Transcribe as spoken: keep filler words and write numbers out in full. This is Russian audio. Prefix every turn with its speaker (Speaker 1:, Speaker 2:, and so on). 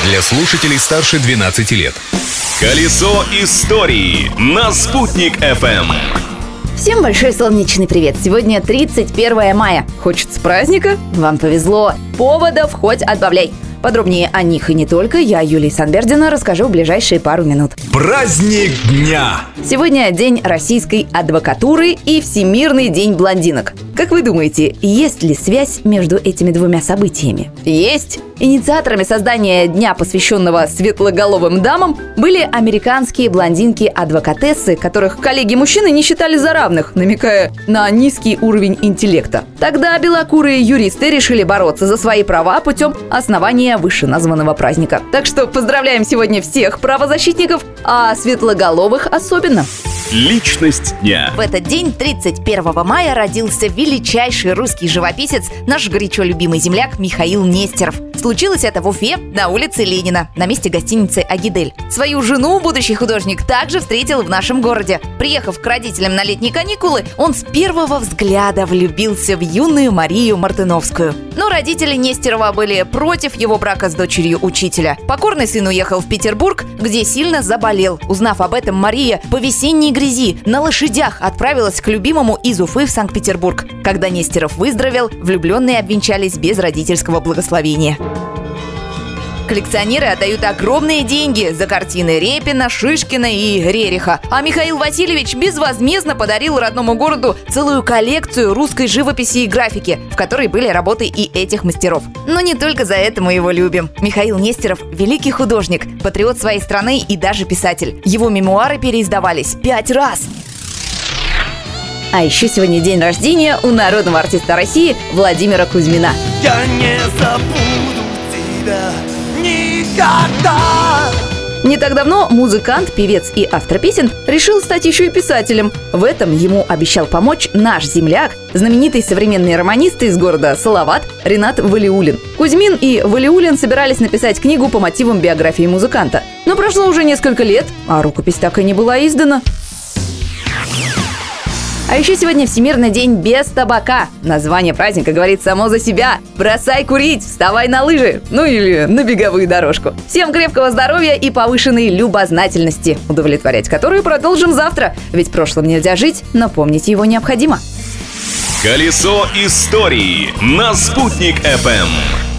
Speaker 1: для слушателей старше двенадцати лет. Колесо истории на Спутник эф эм.
Speaker 2: Всем большой солнечный привет! Сегодня тридцать первое мая. Хочется праздника? Вам повезло. Поводов хоть отбавляй. Подробнее о них и не только я, Юлия Санбердина, расскажу в ближайшие пару минут.
Speaker 1: Праздник дня!
Speaker 2: Сегодня День российской адвокатуры и Всемирный день блондинок. Как вы думаете, есть ли связь между этими двумя событиями? Есть! Инициаторами создания дня, посвященного светлоголовым дамам, были американские блондинки-адвокатессы, которых коллеги-мужчины не считали за равных, намекая на низкий уровень интеллекта. Тогда белокурые юристы решили бороться за свои права путем основания вышеназванного праздника. Так что поздравляем сегодня всех правозащитников, а светлоголовых особенно.
Speaker 1: Личность дня.
Speaker 2: В этот день, тридцать первого мая, родился величайший русский живописец, наш горячо любимый земляк Михаил Нестеров. Случилось это в Уфе, на улице Ленина, на месте гостиницы «Агидель». Свою жену будущий художник также встретил в нашем городе. Приехав к родителям на летние каникулы, он с первого взгляда влюбился в юную Марию Мартыновскую. Но родители Нестерова были против его брака с дочерью учителя. Покорный сын уехал в Петербург, где сильно заболел. Узнав об этом, Мария по весенней грязи на лошадях отправилась к любимому из Уфы в Санкт-Петербург. Когда Нестеров выздоровел, влюбленные обвенчались без родительского благословения. Коллекционеры отдают огромные деньги за картины Репина, Шишкина и Рериха. А Михаил Васильевич безвозмездно подарил родному городу целую коллекцию русской живописи и графики, в которой были работы и этих мастеров. Но не только за это мы его любим. Михаил Нестеров – великий художник, патриот своей страны и даже писатель. Его мемуары переиздавались пять раз. А еще сегодня день рождения у народного артиста России Владимира Кузьмина.
Speaker 3: Я не забуду тебя никогда.
Speaker 2: Не так давно музыкант, певец и автор песен решил стать еще и писателем. В этом ему обещал помочь наш земляк, знаменитый современный романист из города Салават Ренат Валиуллин. Кузьмин и Валиуллин собирались написать книгу по мотивам биографии музыканта. Но прошло уже несколько лет, а рукопись так и не была издана. А еще сегодня Всемирный день без табака. Название праздника говорит само за себя. Бросай курить, вставай на лыжи, ну или на беговую дорожку. Всем крепкого здоровья и повышенной любознательности, удовлетворять которую продолжим завтра. Ведь прошлым нельзя жить, но помнить его необходимо.
Speaker 1: Колесо истории на Спутник эф эм.